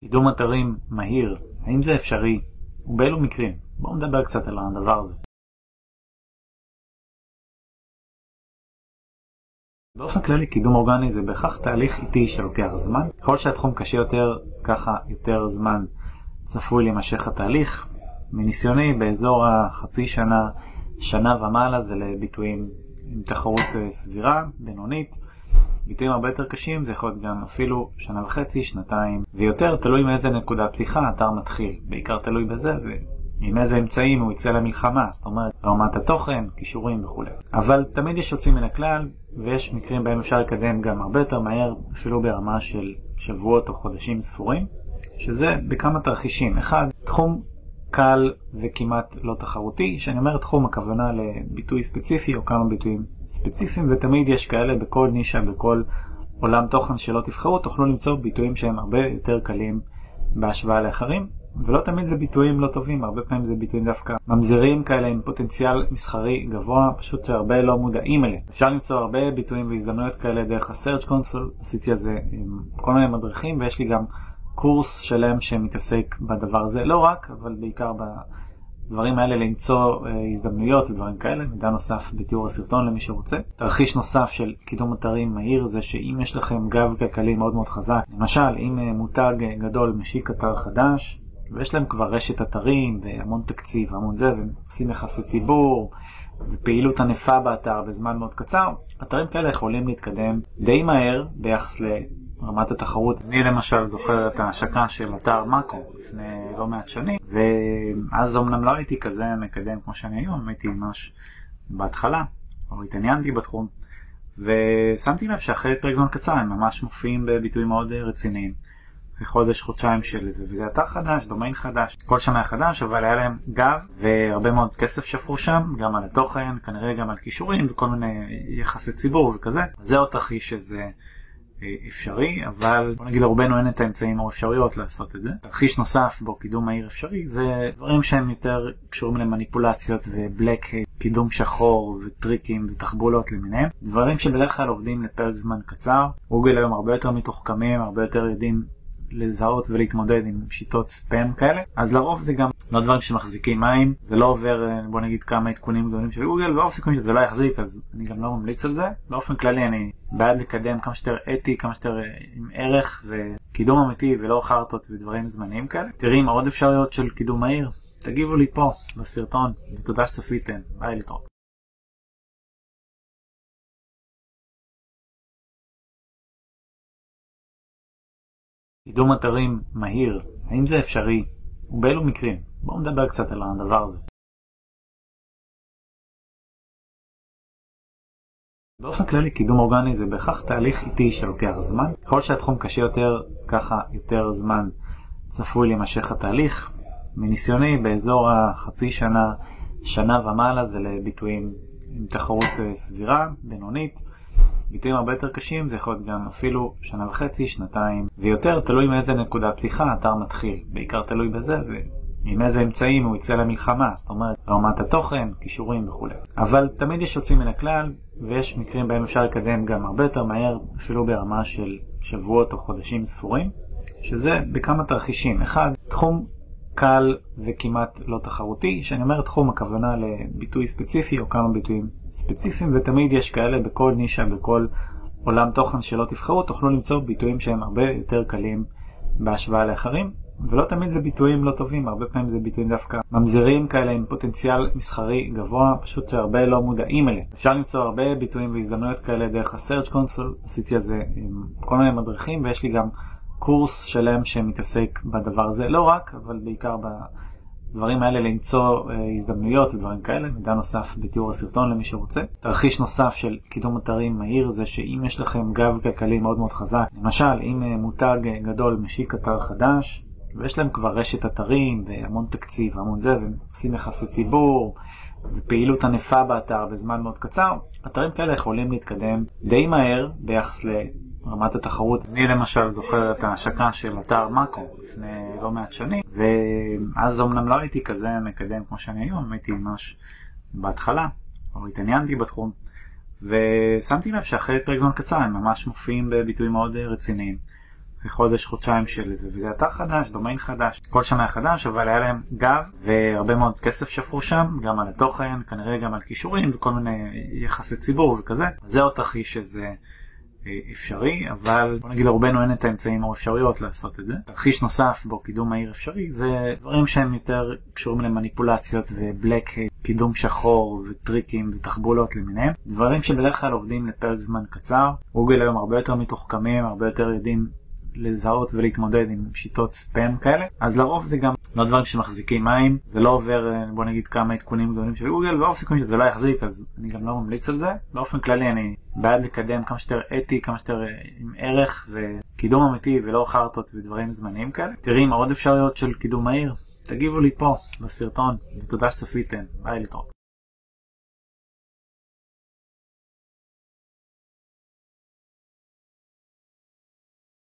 קידום אתרים מהיר, האם זה אפשרי? ובאילו מקרים? בואו נדבר קצת על הדבר הזה. באופן כללי, קידום אורגני זה בהכרח תהליך איטי שלוקח זמן. ככל שהתחום קשה יותר, ככה יותר זמן צפוי להימשך התהליך. מניסיוני, באזור החצי שנה, שנה ומעלה זה לביטויים עם תחרות סבירה, בינונית. ביטויים הרבה יותר קשים, זה יכול להיות גם אפילו שנה וחצי, שנתיים ויותר, תלוי מאיזה נקודה פתיחה האתר מתחיל. בעיקר תלוי בזה ועם איזה אמצעים הוא יצא למלחמה, זאת אומרת, רמת התוכן, קישורים וכו'. אבל תמיד יש יוצאים מן הכלל, ויש מקרים בהם אפשר לקדם גם הרבה יותר מהר, אפילו ברמה של שבועות או חודשים ספורים, שזה בכמה תרחישים. אחד, תחום קל וכמעט לא תחרותי. שאני אומר תחום, הכוונה לביטוי ספציפי או כמה ביטויים ספציפיים, ותמיד יש כאלה בכל נישה, בכל עולם תוכן שלא תבחרו, תוכלו למצוא ביטויים שהם הרבה יותר קלים בהשוואה לאחרים, ולא תמיד זה ביטויים לא טובים, הרבה פעמים זה ביטויים דווקא ממזרים כאלה עם פוטנציאל מסחרי גבוה, פשוט שהרבה לא מודעים אליהם. אפשר למצוא הרבה ביטויים והזדמנויות כאלה דרך ה-Search Console, עשיתי על זה עם כל מיני מדריכים, ויש לי גם קורס שלם שמתעסק בדבר הזה, לא רק, אבל בעיקר בדברים האלה למצוא הזדמנויות ודברים כאלה. מידע נוסף בתיאור הסרטון למי שרוצה. תרחיש נוסף של קידום אתרים מהיר זה שאם יש לכם גב כלכלי מאוד מאוד חזק, למשל אם מותג גדול משיק אתר חדש ויש להם כבר רשת אתרים והמון תקציב והמון זה, והם עושים יחסי ציבור ופעילות ענפה באתר בזמן מאוד קצר, אתרים כאלה יכולים להתקדם די מהר ביחס רמת התחרות. אני למשל זוכר את ההשקה של אתר מאקו לפני לא מעט שנים, ואז אמנם לא הייתי כזה מקדם כמו שאני היום, הייתי ממש בהתחלה, או התעניינתי בתחום, ושמתי לב שאחרי פרק זמן קצר הם ממש מופיעים בביטויים מאוד רציניים, חודש, חודשיים של זה, וזה אתר חדש, דומיין חדש, כל שנה היה חדש, אבל היה להם גב, והרבה מאוד כסף שפרו שם, גם על התוכן, כנראה גם על קישורים, וכל מיני יחסי ציבור וכזה. זה עוד תרחיש שזה אפשרי, אבל בוא נגיד לרובנו אין את האמצעים או אפשריות לעשות את זה. תרחיש נוסף בו קידום מהיר אפשרי זה דברים שהם יותר קשורים למניפולציות ובלק, קידום שחור וטריקים ותחבולות למיניהם, דברים שבדרך כלל עובדים לפרק זמן קצר. גוגל היום הרבה יותר מתוחכמים, הרבה יותר יודעים לזהות ולהתמודד עם שיטות ספאם כאלה, אז לרוב זה גם לא דברים שמחזיקים מים, זה לא עובר בוא נגיד כמה עדכונים גדולים של גוגל, ואור סיכוי שזה לא יחזיק, אז אני גם לא ממליץ על זה. באופן כללי אני בעד לקדם כמה שיותר אתי, כמה שיותר עם ערך וקידום אמיתי, ולא חרטות ודברים זמניים כאלה. תראי עוד אפשרויות של קידום מהיר, תגיבו לי פה בסרטון, ותודה שצפיתם, ביי, להתראות. קידום אתרים מהיר, האם זה אפשרי? ובאילו מקרים? בואו נדבר קצת על הדבר הזה. באופן כללי, קידום אורגני זה בהכרח תהליך איטי שלוקח זמן. ככל שהתחום קשה יותר, ככה יותר זמן צפוי להימשך התהליך. מניסיוני, באזור החצי שנה, שנה ומעלה זה לביטויים עם תחרות סבירה, בינונית. ביטויים הרבה יותר קשים, זה יכול להיות גם אפילו שנה וחצי, שנתיים ויותר, תלוי מאיזה נקודה פתיחה האתר מתחיל. בעיקר תלוי בזה ועם איזה אמצעים הוא יצא למלחמה, זאת אומרת, רמת התוכן, קישורים וכו'. אבל תמיד יש יוצאים מן הכלל, ויש מקרים בהם אפשר לקדם גם הרבה יותר מהר, אפילו ברמה של שבועות או חודשים ספורים, שזה בכמה תרחישים. אחד, תחום קל וכמעט לא תחרותי. שאני אומר תחום, הכוונה לביטוי ספציפי או כמה ביטויים ספציפיים, ותמיד יש כאלה בכל נישה, בכל עולם תוכן שלא תבחרו, תוכלו למצוא ביטויים שהם הרבה יותר קלים בהשוואה לאחרים, ולא תמיד זה ביטויים לא טובים, הרבה פעמים זה ביטויים דווקא ממזרים כאלה עם פוטנציאל מסחרי גבוה, פשוט שהרבה לא מודעים אליהם. אפשר למצוא הרבה ביטויים והזדמנויות כאלה דרך ה-Search Console, עשיתי על זה עם כל מיני מדריכים, ויש לי גם קורס שלם שמתעסק בדבר הזה, לא רק, אבל בעיקר בדברים האלה למצוא הזדמנויות ודברים כאלה. מידע נוסף בתיאור הסרטון למי שרוצה. תרחיש נוסף של קידום אתרים מהיר זה שאם יש לכם גב כלכלי מאוד מאוד חזק, למשל אם מותג גדול משיק אתר חדש ויש להם כבר רשת אתרים והמון תקציב והמון זה, והם עושים יחסי ציבור ופעילות ענפה באתר בזמן מאוד קצר, אתרים כאלה יכולים להתקדם די מהר ביחס רמת התחרות. אני למשל זוכר את ההשקה של אתר מאקו לפני לא מעט שנים, ואז אמנם לא הייתי כזה מקדם כמו שאני היום, הייתי ממש בהתחלה, או התעניינתי בתחום, ושמתי לב שאחרי פרק זמן קצר הם ממש מופיעים בביטויים מאוד רציניים, חודש, חודשיים של זה, וזה אתר חדש, דומיין חדש, כל שנה חדש, אבל היה להם גב, והרבה מאוד כסף שפרו שם, גם על התוכן, כנראה גם על קישורים, וכל מיני יחסי ציבור וכזה. זה עוד תרחיש שזה אפשרי, אבל בוא נגיד רובנו אין את האמצעים או אפשריות לעשות את זה. תרחיש נוסף בו קידום מהיר אפשרי, זה דברים שהם יותר קשורים למניפולציות ובלק, קידום שחור וטריקים ותחבולות למיניהם. דברים שבדרך כלל עובדים לפרק זמן קצר. גוגל היום הרבה יותר מתוחכמים, הרבה יותר יודעים לזהות ולהתמודד עם שיטות ספאם כאלה. אז לרוב זה גם לא דברים שמחזיקים מים, זה לא עובר בוא נגיד כמה עדכונים גדולים של גוגל, ואור סיכויים שזה לא יחזיק, אז אני גם לא ממליץ על זה. באופן כללי אני בעד לקדם כמה שיותר אתי, כמה שיותר עם ערך וקידום אמיתי ולא חרטות ודברים זמניים כאלה. תראי עם עוד אפשרויות של קידום מהיר, תגיבו לי פה בסרטון, ותודה שצפיתם, ביי להתראות.